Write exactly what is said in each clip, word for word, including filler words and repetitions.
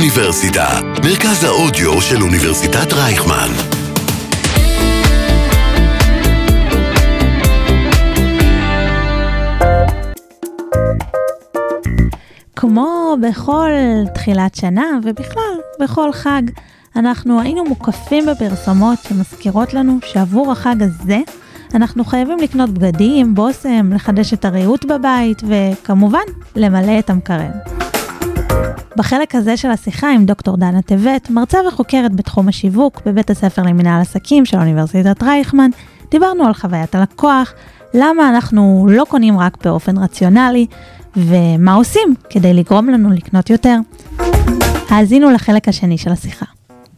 האוניברסיטה, מרכז האודיו של אוניברסיטת רייכמן. כמו בכל תחילת שנה ובכלל בכל חג, אנחנו היינו מוקפים בפרסומות שמזכירות לנו שעבור החג הזה אנחנו חייבים לקנות בגדים, בושם, לחדש את הריהוט בבית וכמובן למלא את המקרר. בחלק הזה של השיחה עם דוקטור דנה טבת, מרצה וחוקרת בתחום השיווק בבית הספר למנהל עסקים של אוניברסיטת רייכמן, דיברנו על חוויית הלקוח, למה אנחנו לא קונים רק באופן רציונלי, ומה עושים כדי לגרום לנו לקנות יותר. האזינו לחלק השני של השיחה.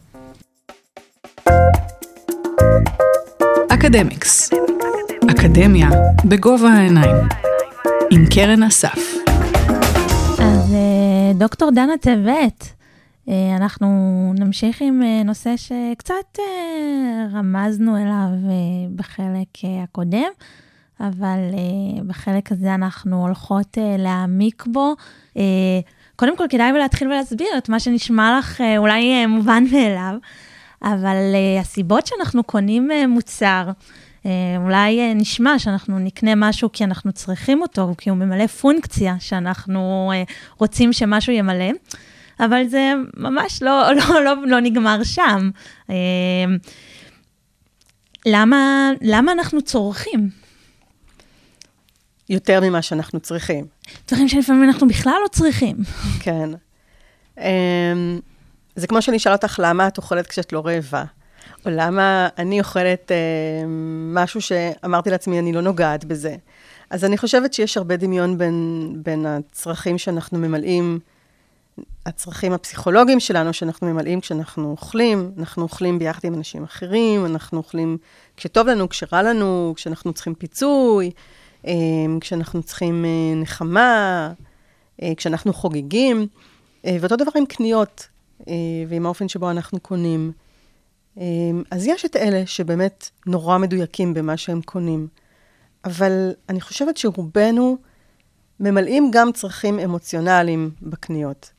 אקדמיקס, אקדמיה בגובה העיניים, עם קרן אסף. אז דוקטור דנה טבת, אנחנו נמשיך עם נושא שקצת רמזנו אליו בחלק הקודם, אבל בחלק הזה אנחנו הולכות להעמיק בו. קודם כל כדאי להתחיל ולהסביר את מה שנשמע לך אולי מובן מאליו, אבל הסיבות שאנחנו קונים מוצר, אולי נשמע שאנחנו נקנה משהו כי אנחנו צריכים אותו, כי הוא ממלא פונקציה שאנחנו רוצים שמשהו ימלא, אבל זה ממש לא, לא, לא, לא נגמר שם. למה, למה אנחנו צורכים? יותר ממה שאנחנו צריכים. דברים שלפעמים אנחנו בכלל לא צריכים. כן. זה כמו שאני אשאל אותך, למה את אוכלת כשאת לא רעבה? או למה אני אוכלת משהו שאמרתי לעצמי, אני לא נוגעת בזה. אז אני חושבת שיש הרבה דמיון בין, בין הצרכים שאנחנו ממלאים, הצרכים הפסיכולוגיים שלנו שאנחנו ממלאים כשאנחנו אוכלים, אנחנו אוכלים ביחד עם אנשים אחרים, אנחנו אוכלים כשטוב לנו, כשרע לנו, כשאנחנו צריכים פיצוי, כשאנחנו צריכים נחמה, כשאנחנו חוגגים, ואותו דבר עם קניות, ועם האופן שבו אנחנו קונים. אז יש את אלה שבאמת נורא מדויקים במה שהם קונים, אבל אני חושבת שרובנו ממלאים גם צרכים אמוציונליים בקניות.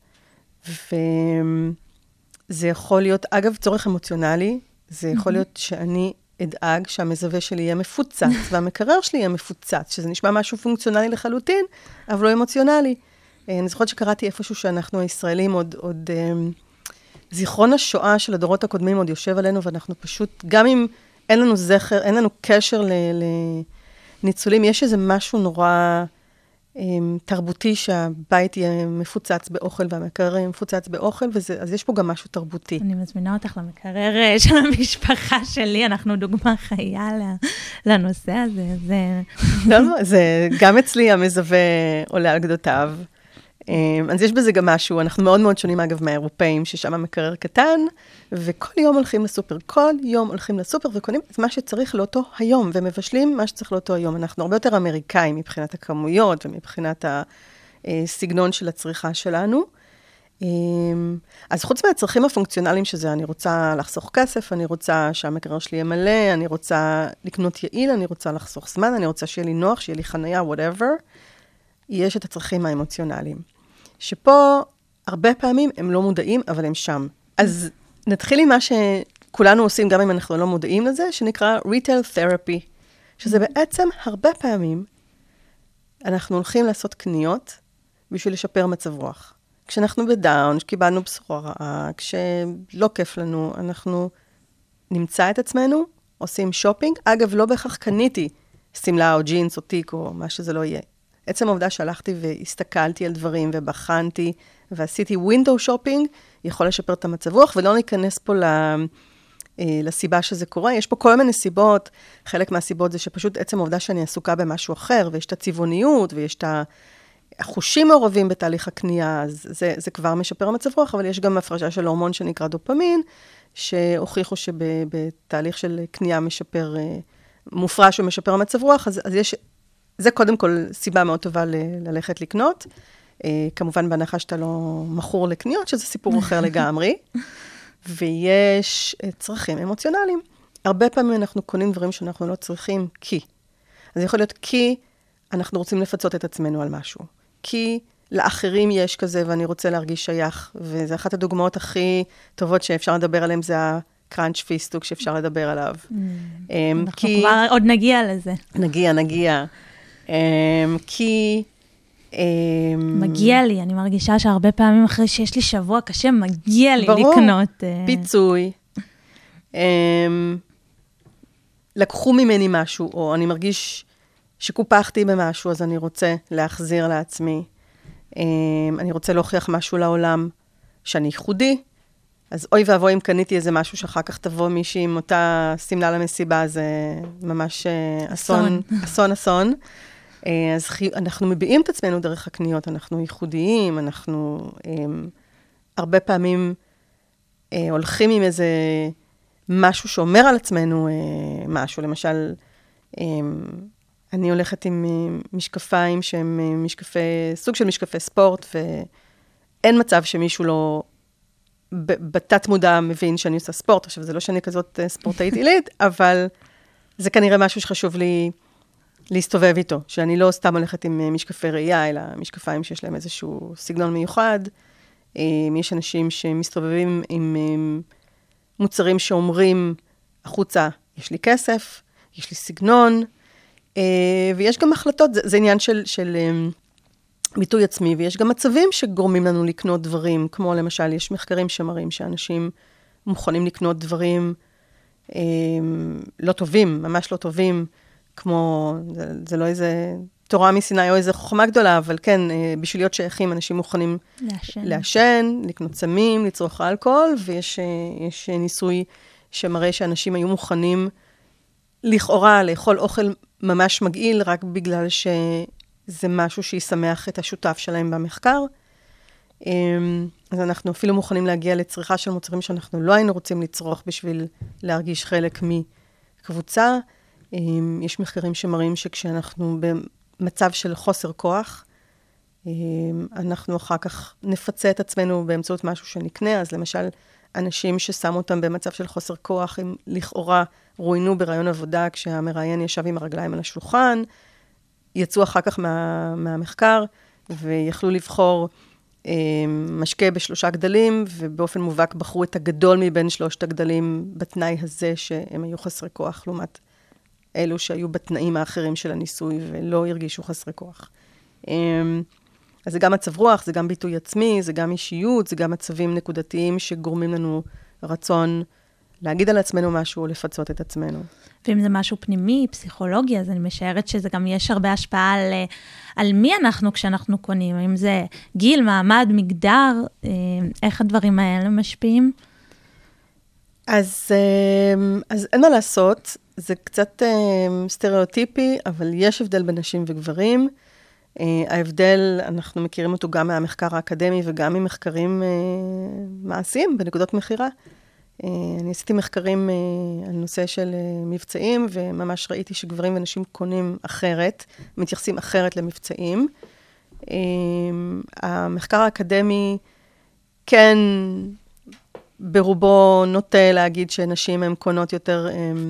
וזה יכול להיות, אגב, צורך אמוציונלי, זה יכול להיות שאני אדאג שהמזווה שלי יהיה מפוצץ, והמקרר שלי יהיה מפוצץ, שזה נשמע משהו פונקציונלי לחלוטין, אבל לא אמוציונלי. אני זוכרת שקראתי איפשהו שאנחנו הישראלים עוד, עוד זיכרון השואה של הדורות הקודמים עוד יושב עלינו, ואנחנו פשוט, גם אם אין לנו זכר, אין לנו קשר לניצולים, יש איזה משהו נורא תרבותי שהבית יהיה מפוצץ באוכל, והמקרר יהיה מפוצץ באוכל, וזה, אז יש פה גם משהו תרבותי. אני מזמינה אותך למקרר של המשפחה שלי, אנחנו דוגמה חיה לנושא הזה. זה... לא, זה גם אצלי המזווה עולה על גדותיו. אז יש בזה גם משהו, אנחנו מאוד מאוד שונים אגב מהאירופאים, ששם המקרר קטן, וכל יום הולכים לסופר, כל יום הולכים לסופר וקונים את מה שצריך לאותו היום, ומבשלים מה שצריך לאותו היום. אנחנו הרבה יותר אמריקאים מבחינת הכמויות, ומבחינת הסגנון של הצריכה שלנו. אז חוץ מהצרכים הפונקציונליים שזה, אני רוצה לחסוך כסף, אני רוצה שהמקרר שלי יהיה מלא, אני רוצה לקנות יעיל, אני רוצה לחסוך זמן, אני רוצה שיהיה לי נוח, שיהיה לי חנייה, whatever. יש את הצרכים האמוציונליים, שפה הרבה פעמים הם לא מודעים, אבל הם שם. אז נתחיל עם מה שכולנו עושים, גם אם אנחנו לא מודעים לזה, שנקרא retail therapy, שזה בעצם הרבה פעמים, אנחנו הולכים לעשות קניות, בשביל לשפר מצב רוח. כשאנחנו בדאון, כשקיבלנו בשורה רעה, כשלא כיף לנו, אנחנו נמצא את עצמנו, עושים שופינג. אגב, לא בהכרח קניתי סמלה או ג'ינס או תיק או מה שזה לא יהיה. עצם העובדה שהלכתי והסתכלתי על דברים ובחנתי ועשיתי ווינדו שופינג, יכול לשפר את המצב רוח, ולא ניכנס פה לסיבה שזה קורה. יש פה כל מיני סיבות, חלק מהסיבות זה שפשוט עצם העובדה שאני עסוקה במשהו אחר, ויש את הצבעוניות, ויש את החושים מעורבים בתהליך הקנייה, אז זה, זה כבר משפר המצב רוח, אבל יש גם הפרשה של הורמון שנקרא דופמין, שהוכיחו שבתהליך של קנייה משפר, מופרש ומשפר המצב רוח, אז, אז יש... זה קודם כל סיבה מאוד טובה ל- ללכת לקנות. אה, כמובן בהנחה שאתה לא מכור לקניות, שזה סיפור אחר לגמרי. ויש אה, צרכים אמוציונליים. הרבה פעמים אנחנו קונים דברים שאנחנו לא צריכים כי. אז יכול להיות כי אנחנו רוצים לפצות את עצמנו על משהו. כי לאחרים יש כזה, ואני רוצה להרגיש שייך. וזה אחת הדוגמאות הכי טובות שאפשר לדבר עליהן, זה הקראנץ' פיסטוק שאפשר לדבר עליו. אנחנו כבר עוד נגיע לזה. נגיע, נגיע. כי... מגיע לי, אני מרגישה שהרבה פעמים אחרי שיש לי שבוע קשה, מגיע לי לקנות. פיצוי. לקחו ממני משהו, או אני מרגיש שקופחתי במשהו, אז אני רוצה להחזיר לעצמי. אני רוצה להוכיח משהו לעולם שאני ייחודי, אז אוי ואבוי אם קניתי איזה משהו שאחר כך תבוא מישהי עם אותה סמלה למסיבה, זה ממש אסון, אסון, אסון. אז אנחנו מביעים את עצמנו דרך הקניות, אנחנו ייחודיים, אנחנו הרבה פעמים הולכים עם איזה משהו שאומר על עצמנו משהו, למשל, אני הולכת עם משקפיים שהם משקפי, סוג של משקפי ספורט, ואין מצב שמישהו לא, בתת מודע מבין שאני עושה ספורט, עכשיו זה לא שאני כזאת ספורטאית עילית, אבל זה כנראה משהו שחשוב לי להסתובב איתו, שאני לא סתם הולכת עם משקפי ראייה, אלא משקפיים שיש להם איזשהו סגנון מיוחד. יש אנשים שמסתובבים עם מוצרים שאומרים החוצה, יש לי כסף, יש לי סגנון, ויש גם החלטות, זה, זה עניין של, של ביטוי עצמי, ויש גם מצבים שגורמים לנו לקנות דברים, כמו למשל, יש מחקרים שמראים שאנשים מוכנים לקנות דברים לא טובים, ממש לא טובים, כמו, זה, זה לא איזה תורה מסיני או איזה חוכמה גדולה, אבל כן, בשביל להיות שייכים, אנשים מוכנים לעשן, לעשן לקנות סמים, לצרוך אלכוהול, ויש יש ניסוי שמראה שאנשים היו מוכנים לכאורה לאכול אוכל ממש מגעיל, רק בגלל שזה משהו שישמח את השותף שלהם במחקר. אז אנחנו אפילו מוכנים להגיע לצריכה של מוצרים שאנחנו לא היינו רוצים לצרוך בשביל להרגיש חלק מקבוצה. יש מחקרים שמראים שכשאנחנו במצב של חוסר כוח, אנחנו אחר כך נפצה את עצמנו באמצעות משהו שנקנה. אז למשל, אנשים ששמו אותם במצב של חוסר כוח, הם לכאורה רואינו ברעיון עבודה, כשהמראיין ישב עם הרגליים על השולחן, יצאו אחר כך מה, מהמחקר, ויכלו לבחור אה, משקה בשלושה גדלים, ובאופן מובהק בחרו את הגדול מבין שלושת הגדלים, בתנאי הזה שהם היו חסרי כוח, לעומת אלו שהיו בתנאים האחרים של הניסוי, ולא הרגישו חסרי כוח. אה, אז זה גם מצב רוח, זה גם ביטוי עצמי, זה גם אישיות, זה גם מצבים נקודתיים שגורמים לנו רצון להגיד על עצמנו משהו, או לפצות את עצמנו. ואם זה משהו פנימי, פסיכולוגי, אז אני משערת שזה גם יש הרבה השפעה על, על מי אנחנו כשאנחנו קונים. אם זה גיל, מעמד, מגדר, איך הדברים האלה משפיעים? אז, אז אין מה לעשות, זה קצת סטריאוטיפי, אבל יש הבדל בין נשים וגברים. ההבדל, אנחנו מכירים אותו גם מהמחקר האקדמי וגם ממחקרים מעשיים בנקודות מחירה. אני עשיתי מחקרים על נושא של מבצעים, וממש ראיתי שגברים ונשים קונים אחרת, מתייחסים אחרת למבצעים. המחקר האקדמי כן ברובו נוטה להגיד שנשים הן קונות יותר,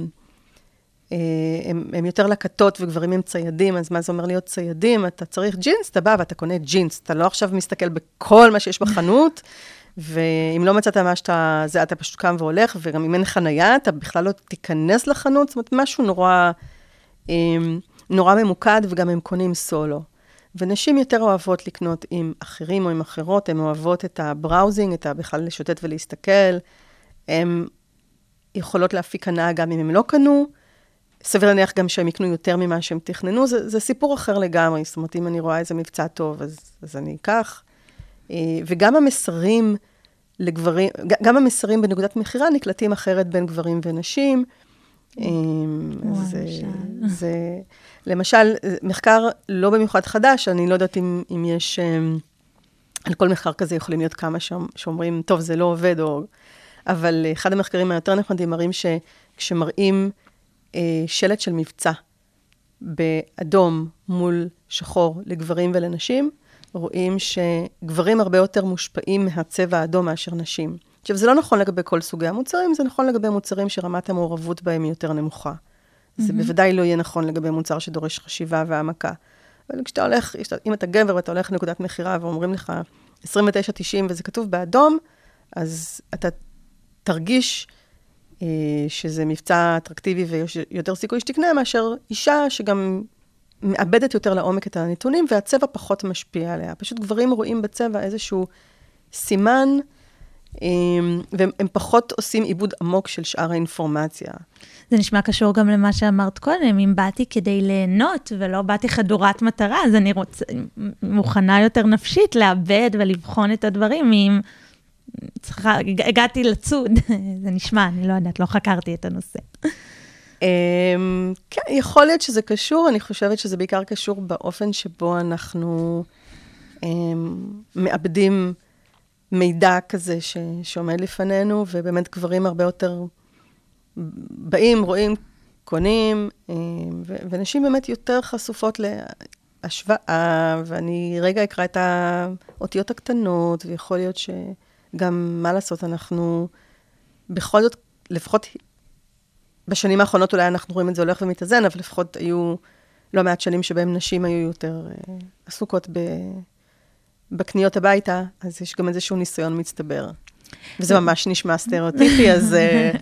הן יותר לקטות וגברים הם ציידים, אז מה זה אומר להיות ציידים? אתה צריך ג'ינס, אתה בא ואתה קונה ג'ינס, אתה לא עכשיו מסתכל בכל מה שיש בחנות, ואם לא מצאת מה שאתה, זה אתה פשוט קם והולך, וגם אם אין חנייה, אתה בכלל לא תיכנס לחנות, זאת אומרת, משהו נורא, נורא ממוקד, וגם הם קונים סולו. ונשים יותר אוהבות לקנות עם אחרים או עם אחרות, הן אוהבות את הבראוזינג, את בכלל לשוטט ולהסתכל, הן יכולות להפיק הנאה גם אם הם לא קנו, סביר להניח גם שהם יקנו יותר ממה שהם תכננו, זה, זה סיפור אחר לגמרי, זאת אומרת, אם אני רואה איזה מבצע טוב, אז, אז אני אקח. וגם המסרים לגברים, גם המסרים בנקודת מחירה נקלטים אחרת בין גברים ונשים. זה, זה, למשל, מחקר לא במיוחד חדש, אני לא יודעת אם, אם יש, על כל מחקר כזה יכולים להיות כמה שאומרים, טוב, זה לא עובד, או, אבל אחד המחקרים היותר נחמדים מראים שכשמראים שלט של מבצע באדום מול שחור לגברים ולנשים, רואים שגברים הרבה יותר מושפעים מהצבע האדום מאשר נשים. עכשיו, זה לא נכון לגבי כל סוגי המוצרים, זה נכון לגבי מוצרים שרמת המעורבות בהם היא יותר נמוכה. Mm-hmm. זה בוודאי לא יהיה נכון לגבי מוצר שדורש חשיבה והעמקה. אבל כשאתה הולך, אם אתה גבר ואתה הולך לנקודת מחירה ואומרים לך עשרים ותשע תשעים וזה כתוב באדום, אז אתה תרגיש אה, שזה מבצע אטרקטיבי ויש יותר סיכוי שתקנה, מאשר אישה שגם מאבדת יותר לעומק את הנתונים, והצבע פחות משפיע עליה. פשוט גברים רואים בצבע איזשהו סימן, והם פחות עושים עיבוד עמוק של שאר האינפורמציה. זה נשמע קשור גם למה שאמרת קודם, אם באתי כדי ליהנות ולא באתי חדורת מטרה, אז אני רוצה, מוכנה יותר נפשית לאבד ולבחון את הדברים, אם צריכה, הגעתי לצוד, זה נשמע, אני לא יודעת, לא חקרתי את הנושא. כן, יכול להיות שזה קשור, אני חושבת שזה בעיקר קשור באופן שבו אנחנו מאבדים מידע כזה ש, שעומד לפנינו, ובאמת גברים הרבה יותר באים, רואים, קונים, ו, ונשים באמת יותר חשופות להשוואה, ואני רגע אקרא את האותיות הקטנות, ויכול להיות שגם מה לעשות, אנחנו בכל זאת, לפחות בשנים האחרונות אולי אנחנו רואים את זה הולך ומתאזן, אבל לפחות היו לא מעט שנים שבהם נשים היו יותר עסוקות ב... בקניות הביתה, אז יש גם איזשהו ניסיון מצטבר. וזה ממש נשמע סטריאוטיפי, אז...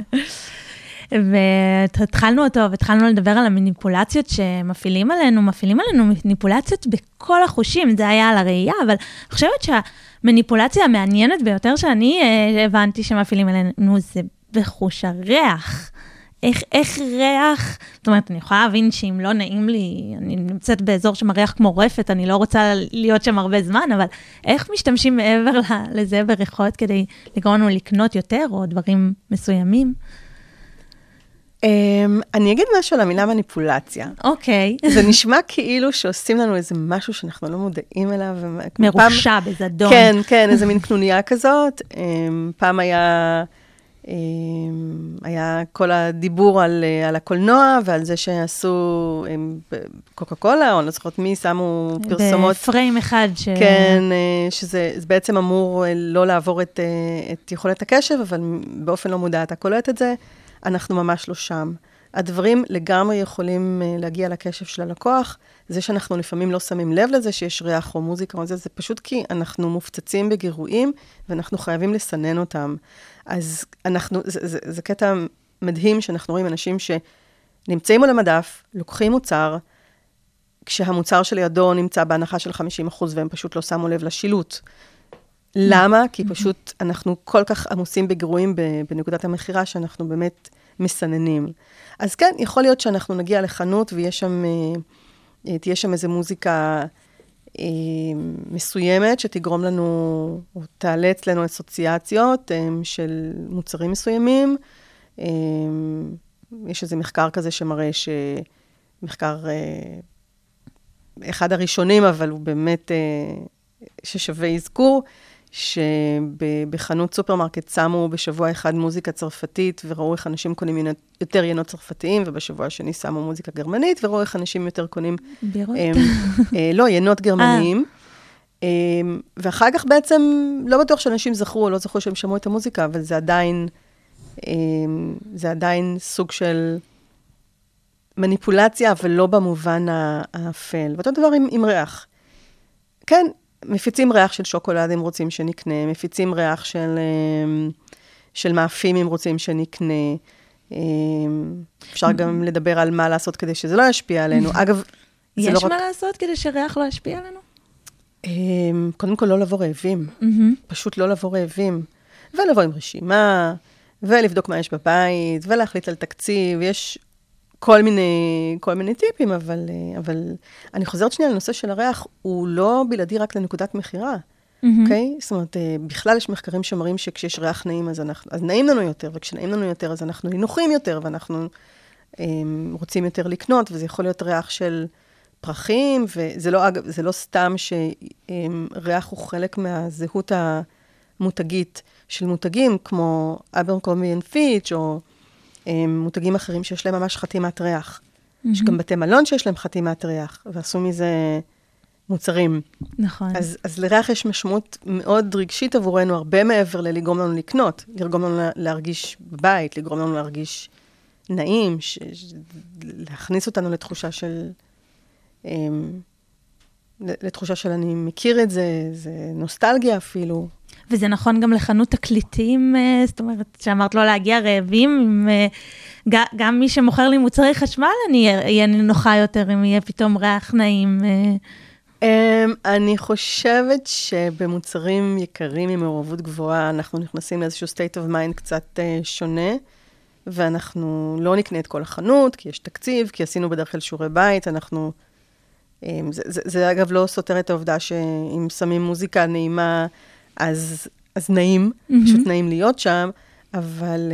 והתחלנו אותו, והתחלנו לדבר על המניפולציות שמפעילים עלינו, מפעילים עלינו מניפולציות בכל החושים, זה היה על הראייה, אבל אני חושבת שהמניפולציה המעניינת ביותר שאני הבנתי שמפעילים עלינו, זה בחוש הריח. איך, איך ריח, זאת אומרת, אני יכולה להבין שאם לא נעים לי, אני נמצאת באזור שמריח כמו רפת, אני לא רוצה להיות שם הרבה זמן, אבל איך משתמשים מעבר לזה בריחות כדי לגרום לנו לקנות יותר, או דברים מסוימים? אני אגיד משהו על המילה מניפולציה. אוקיי. זה נשמע כאילו שעושים לנו איזה משהו שאנחנו לא מודעים אליו. מרושע בזדון. כן, כן, איזה מין קנוניה כזאת. פעם היה... היה כל הדיבור על, על הקולנוע, ועל זה שעשו קוקה קולה, או לא זוכרת מי, שמו פרסומות. בפריים אחד. ש... כן, שזה בעצם אמור לא לעבור את, את יכולת הקשב, אבל באופן לא מודע אתה קולט את זה, אנחנו ממש לא שם. הדברים לגמרי יכולים להגיע לקשב של הלקוח, זה שאנחנו לפעמים לא שמים לב לזה שיש ריח או מוזיקה או זה, זה פשוט כי אנחנו מופצצים בגירויים, ואנחנו חייבים לסנן אותם. אז אנחנו, זה, זה, זה קטע מדהים שאנחנו רואים אנשים שנמצאים על המדף, לוקחים מוצר, כשהמוצר שלידו נמצא בהנחה של חמישים אחוז, והם פשוט לא שמו לב לשילוט. למה? כי פשוט אנחנו כל כך עמוסים בגירויים בנקודת המחירה, שאנחנו באמת מסננים. אז כן, יכול להיות שאנחנו נגיע לחנות, ויש שם, תהיה שם איזו מוזיקה מסוימת, שתגרום לנו, או תעלה אצלנו אסוציאציות של מוצרים מסוימים. יש איזה מחקר כזה שמראה שמחקר, אחד הראשונים, אבל הוא באמת ששווה אזכור, שבחנות סופרמרקט שמו בשבוע אחד מוזיקה צרפתית, וראו איך אנשים קונים יותר ינות צרפתיים, ובשבוע השני שמו מוזיקה גרמנית, וראו איך אנשים יותר קונים... בירות? לא, ינות גרמניים. ואחר כך בעצם, לא בטוח שאנשים זכרו או לא זכרו שהם שמעו את המוזיקה, אבל זה עדיין, זה עדיין סוג של מניפולציה, אבל לא במובן האפל. ואותו דבר עם, עם ריח. כן, מפיצים ריח של שוקולד אם רוצים שנקנה, מפיצים ריח של, של מאפים אם רוצים שנקנה. אפשר גם לדבר על מה לעשות כדי שזה לא ישפיע עלינו. אגב, יש מה לעשות כדי שריח לא ישפיע עלינו? קודם כל לא לבוא רעבים. פשוט לא לבוא רעבים. ולבוא עם רשימה, ולבדוק מה יש בבית, ולהחליט על תקציב. יש כל מיני, כל מיני טיפים, אבל, אבל אני חוזרת שנייה לנושא של הריח, הוא לא בלעדי רק לנקודת מחירה, אוקיי? זאת אומרת, בכלל יש מחקרים שמראים שכשיש ריח נעים, אז, אנחנו, אז נעים לנו יותר, וכשנעים לנו יותר, אז אנחנו נינוחים יותר, ואנחנו הם, רוצים יותר לקנות, וזה יכול להיות ריח של פרחים, וזה לא, זה לא סתם שריח הוא חלק מהזהות המותגית של מותגים, כמו אברקומבי אנד פיץ' או מותגים אחרים שיש להם ממש חתימת ריח. Mm-hmm. יש גם בתי מלון שיש להם חתימת ריח, ועשו מזה מוצרים. נכון. אז, אז לריח יש משמעות מאוד רגשית עבורנו, הרבה מעבר ללגרום לנו לקנות, לגרום לנו להרגיש בבית, לגרום לנו להרגיש נעים, ש, ש, להכניס אותנו לתחושה של, אמ, לתחושה של אני מכיר את זה, זה נוסטלגיה אפילו. וזה נכון גם לחנות תקליטים, זאת אומרת, שאמרת לא להגיע רעבים, גם מי שמוכר לי מוצרי חשמל, אני אהיה נוחה יותר אם יהיה פתאום ריח נעים. אני חושבת שבמוצרים יקרים עם מעורבות גבוהה, אנחנו נכנסים לאיזשהו state of mind קצת שונה, ואנחנו לא נקנה את כל החנות, כי יש תקציב, כי עשינו בדרך כלל שיעורי בית, אנחנו... זה, זה, זה אגב לא סותר את העובדה שאם שמים מוזיקה נעימה, אז, אז נעים, mm-hmm. פשוט נעים להיות שם, אבל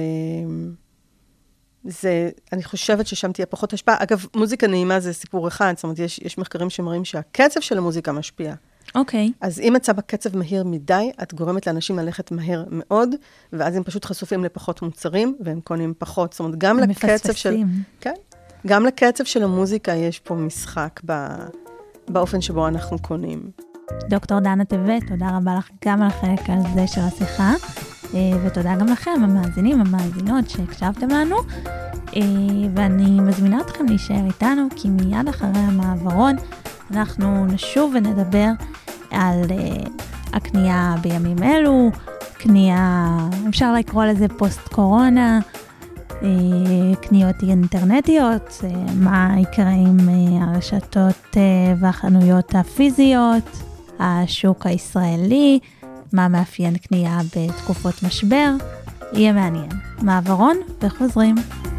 זה, אני חושבת ששם תהיה פחות השפעה. אגב, מוזיקה נעימה זה סיפור אחד, זאת אומרת, יש, יש מחקרים שמראים שהקצב של המוזיקה משפיע. אוקיי. Okay. אז אם מצא בקצב מהיר מדי, את גורמת לאנשים ללכת מהר מאוד, ואז הם פשוט חשופים לפחות מוצרים, והם קונים פחות. זאת אומרת, גם לקצב של... כן? גם לקצב של המוזיקה יש פה משחק ב... באופן שבו אנחנו קונים. דוקטור דנה טבת, תודה רבה לך גם על החלק הזה של השיחה, ותודה גם לכם, המאזינים, המאזינות שהקשבתם לנו, ואני מזמינה אתכם להישאר איתנו, כי מיד אחרי המעברון אנחנו נשוב ונדבר על הקנייה בימים אלו, קנייה, אפשר לקרוא לזה פוסט-קורונה, קניות אינטרנטיות, מה יקרה עם הרשתות והחנויות הפיזיות, השוק הישראלי, מה מאפיין קנייה בתקופות משבר, יהיה מעניין. מעברון וחוזרים.